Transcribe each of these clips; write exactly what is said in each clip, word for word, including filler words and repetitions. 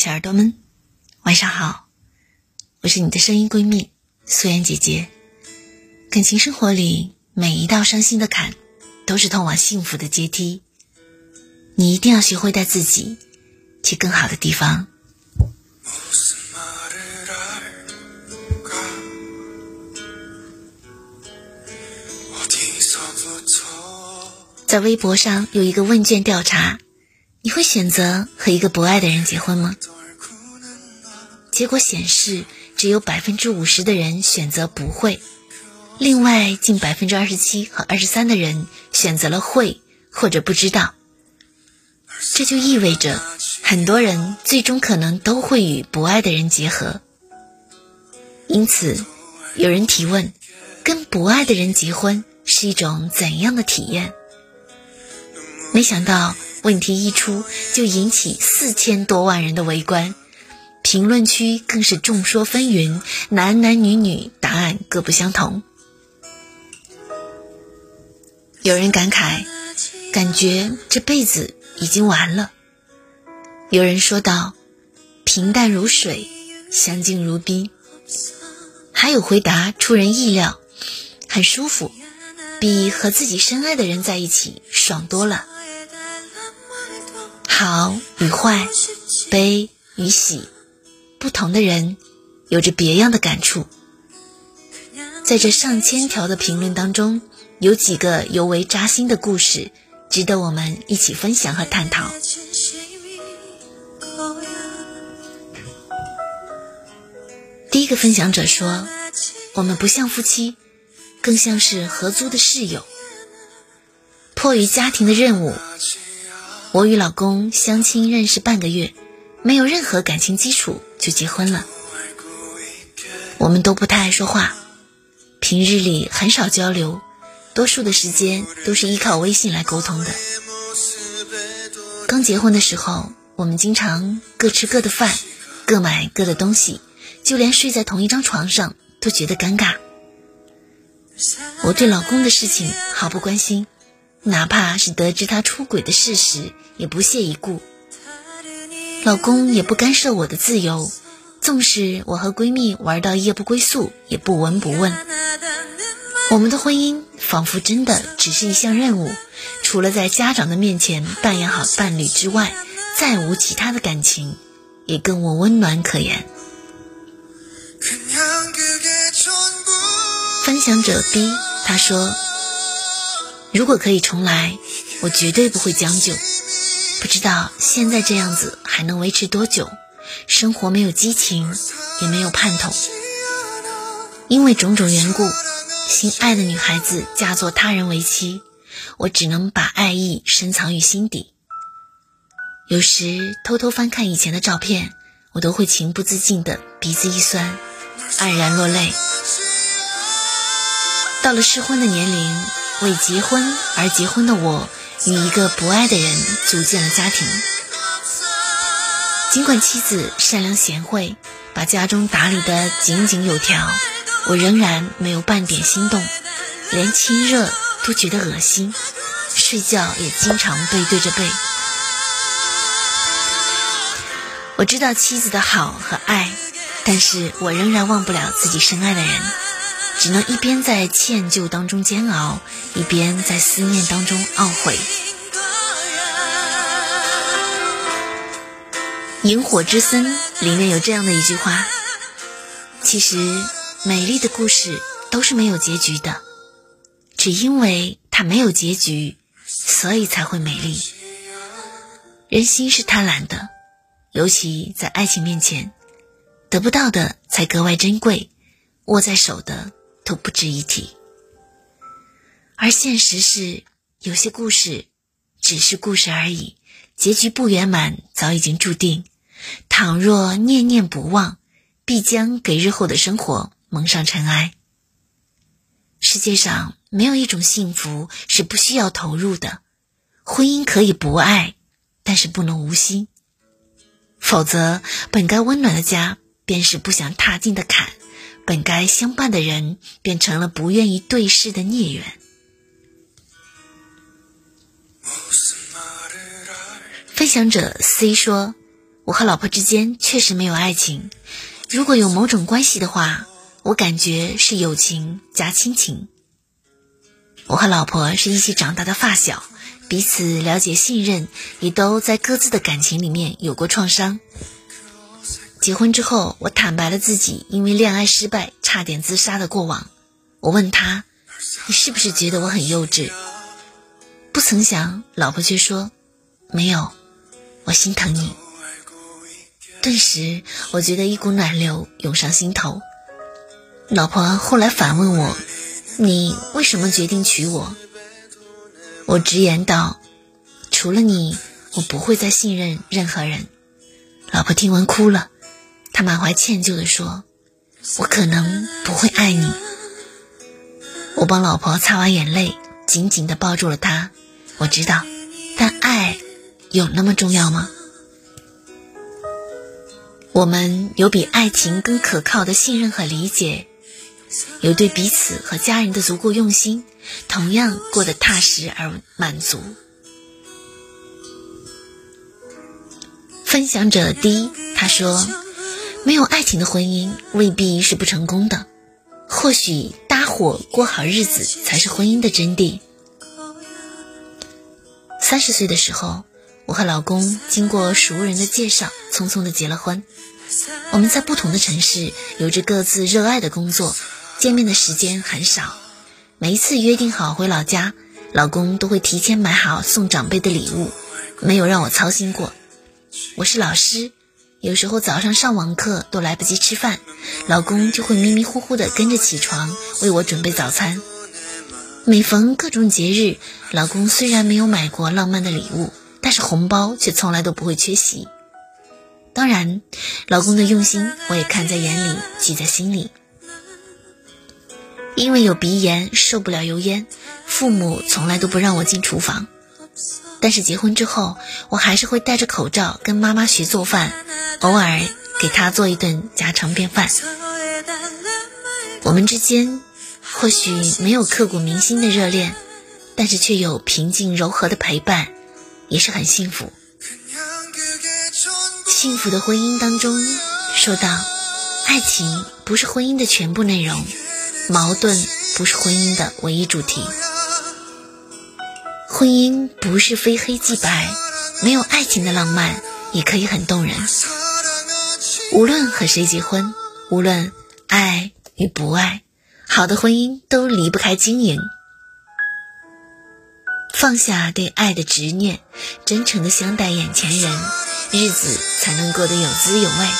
小耳朵们，晚上好，我是你的声音闺蜜素颜姐姐。感情生活里，每一道伤心的坎都是通往幸福的阶梯，你一定要学会带自己去更好的地方。在微博上有一个问卷调查，你会选择和一个不爱的人结婚吗？结果显示，只有 百分之五十 的人选择不会，另外近 百分之二十七 和二十三 的人选择了会或者不知道。这就意味着很多人最终可能都会与不爱的人结合。因此有人提问，跟不爱的人结婚是一种怎样的体验？没想到问题一出就引起四千多万人的围观，评论区更是众说纷纭，男男女女答案各不相同。有人感慨，感觉这辈子已经完了。有人说道，平淡如水，相敬如宾。还有回答出人意料，很舒服，比和自己深爱的人在一起爽多了。好与坏，悲与喜，不同的人有着别样的感触。在这上千条的评论当中，有几个尤为扎心的故事，值得我们一起分享和探讨。第一个分享者说，我们不像夫妻，更像是合租的室友。迫于家庭的任务，我与老公相亲认识半个月，没有任何感情基础就结婚了。我们都不太爱说话，平日里很少交流，多数的时间都是依靠微信来沟通的。刚结婚的时候，我们经常各吃各的饭，各买各的东西，就连睡在同一张床上都觉得尴尬。我对老公的事情毫不关心，哪怕是得知他出轨的事实也不屑一顾。老公也不干涉我的自由，纵使我和闺蜜玩到夜不归宿也不闻不问。我们的婚姻仿佛真的只是一项任务，除了在家长的面前扮演好伴侣之外，再无其他的感情，也更无温暖可言。分享者 B 他说，如果可以重来，我绝对不会将就。不知道现在这样子还能维持多久，生活没有激情，也没有盼头。因为种种缘故，心爱的女孩子嫁作他人为妻，我只能把爱意深藏于心底。有时偷偷翻看以前的照片，我都会情不自禁的鼻子一酸，黯然落泪。到了适婚的年龄，为结婚而结婚的我，与一个不爱的人组建了家庭。尽管妻子善良贤惠，把家中打理得井井有条，我仍然没有半点心动，连亲热都觉得恶心，睡觉也经常背对着背。我知道妻子的好和爱，但是我仍然忘不了自己深爱的人，只能一边在歉疚当中煎熬，一边在思念当中懊悔。萤火之森里面有这样的一句话，其实美丽的故事都是没有结局的，只因为它没有结局，所以才会美丽。人心是贪婪的，尤其在爱情面前，得不到的才格外珍贵，握在手的都不值一提。而现实是，有些故事只是故事而已，结局不圆满早已经注定。倘若念念不忘，必将给日后的生活蒙上尘埃。世界上没有一种幸福是不需要投入的，婚姻可以不爱，但是不能无心。否则本该温暖的家便是不想踏进的坎，本该相伴的人变成了不愿意对视的孽缘。分享者 C 说， 我和老婆之间确实没有爱情，如果有某种关系的话，我感觉是友情加亲情。我和老婆是一起长大的发小，彼此了解信任，也都在各自的感情里面有过创伤。结婚之后，我坦白了自己因为恋爱失败差点自杀的过往。我问他，你是不是觉得我很幼稚？不曾想老婆却说，没有，我心疼你。顿时我觉得一股暖流涌上心头。老婆后来反问我，你为什么决定娶我？我直言道，除了你，我不会再信任任何人。老婆听完哭了，她满怀歉疚地说，我可能不会爱你。我帮老婆擦完眼泪，紧紧地抱住了她。我知道，但爱有那么重要吗？我们有比爱情更可靠的信任和理解，有对彼此和家人的足够用心，同样过得踏实而满足。分享者 D 他说，没有爱情的婚姻未必是不成功的，或许搭伙过好日子才是婚姻的真谛。三十岁的时候，我和老公经过熟人的介绍，匆匆的结了婚。我们在不同的城市，有着各自热爱的工作，见面的时间很少。每一次约定好回老家，老公都会提前买好送长辈的礼物，没有让我操心过。我是老师，有时候早上上网课都来不及吃饭，老公就会迷迷糊糊的跟着起床，为我准备早餐。每逢各种节日，老公虽然没有买过浪漫的礼物，但是红包却从来都不会缺席。当然，老公的用心我也看在眼里，记在心里。因为有鼻炎，受不了油烟，父母从来都不让我进厨房。但是结婚之后，我还是会戴着口罩跟妈妈学做饭，偶尔给她做一顿家常便饭。我们之间或许没有刻骨铭心的热恋，但是却有平静柔和的陪伴，也是很幸福。幸福的婚姻当中说到，爱情不是婚姻的全部内容，矛盾不是婚姻的唯一主题。婚姻不是非黑即白，没有爱情的浪漫也可以很动人。无论和谁结婚，无论爱与不爱，好的婚姻都离不开经营。放下对爱的执念，真诚地相待眼前人，日子才能过得有滋有味。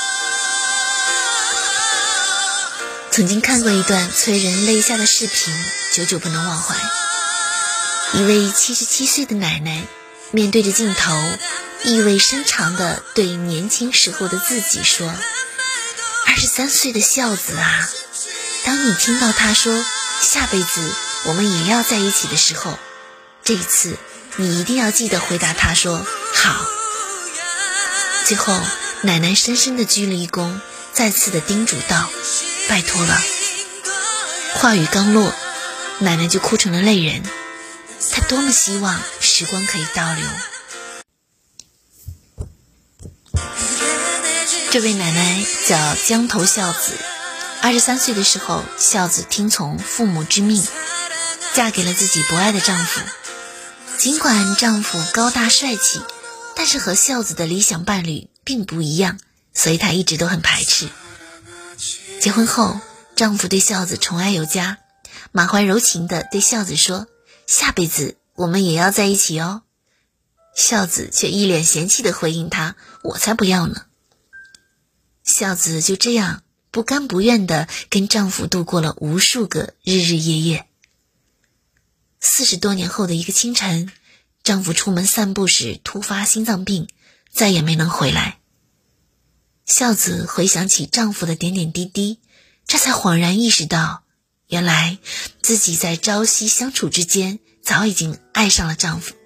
曾经看过一段催人泪下的视频，久久不能忘怀。一位七十七岁的奶奶面对着镜头，意味深长地对年轻时候的自己说，二十三岁的孝子啊，当你听到他说下辈子我们也要在一起的时候，这一次你一定要记得回答他说好。最后奶奶深深地鞠了一躬，再次的叮嘱道，拜托了。话语刚落，奶奶就哭成了泪人。她多么希望时光可以倒流。这位奶奶叫江头孝子，二十三岁的时候，孝子听从父母之命，嫁给了自己不爱的丈夫。尽管丈夫高大帅气，但是和孝子的理想伴侣并不一样，所以她一直都很排斥。结婚后，丈夫对孝子宠爱有加，满怀柔情地对孝子说，下辈子我们也要在一起哦。孝子却一脸嫌弃地回应他，我才不要呢。孝子就这样不甘不愿地跟丈夫度过了无数个日日夜夜。四十多年后的一个清晨，丈夫出门散步时突发心脏病，再也没能回来。孝子回想起丈夫的点点滴滴，这才恍然意识到，原来自己在朝夕相处之间早已经爱上了丈夫。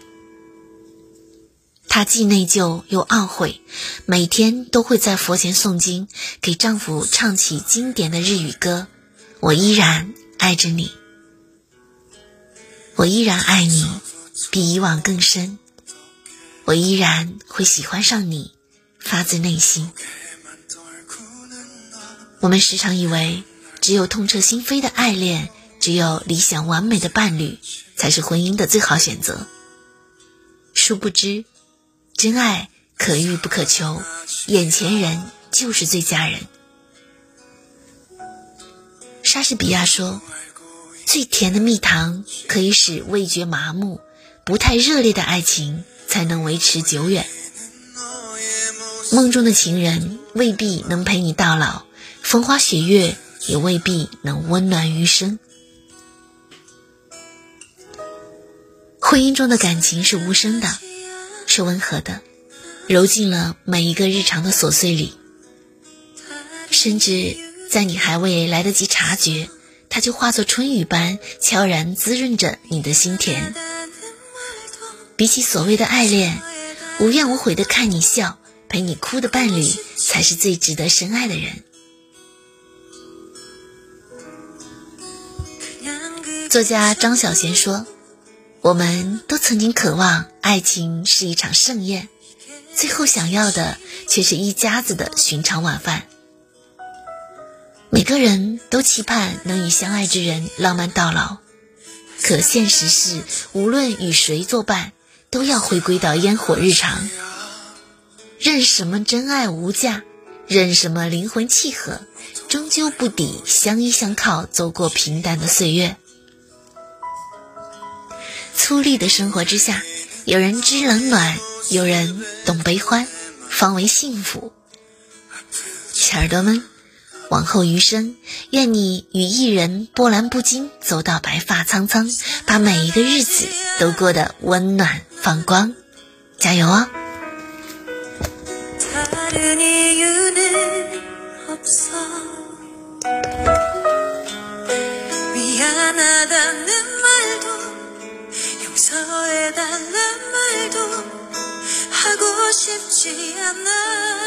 她既内疚又懊悔，每天都会在佛前诵经，给丈夫唱起经典的日语歌，我依然爱着你，我依然爱你比以往更深，我依然会喜欢上你， 发自内心。我们时常以为只有痛彻心扉的爱恋，只有理想完美的伴侣才是婚姻的最好选择。殊不知，真爱可遇不可求，眼前人就是最佳人。莎士比亚说，最甜的蜜糖可以使味觉麻木，不太热烈的爱情才能维持久远。梦中的情人未必能陪你到老，风花雪月也未必能温暖余生。婚姻中的感情是无声的，是温和的，揉进了每一个日常的琐碎里，甚至在你还未来得及察觉，它就化作春雨般悄然滋润着你的心田。比起所谓的爱恋，无怨无悔的看你笑，陪你哭的伴侣才是最值得深爱的人。作家张小娴说，我们都曾经渴望爱情是一场盛宴，最后想要的却是一家子的寻常晚饭。每个人都期盼能与相爱之人浪漫到老，可现实是无论与谁作伴，都要回归到烟火日常。任什么真爱无价，任什么灵魂契合，终究不抵相依相靠走过平淡的岁月。粗粝的生活之下，有人知冷暖，有人懂悲欢，方为幸福。小耳朵们，往后余生，愿你与一人波澜不惊，走到白发苍苍，把每一个日子都过得温暖放光。加油哦！용서해달란 말도 하고 싶지 않아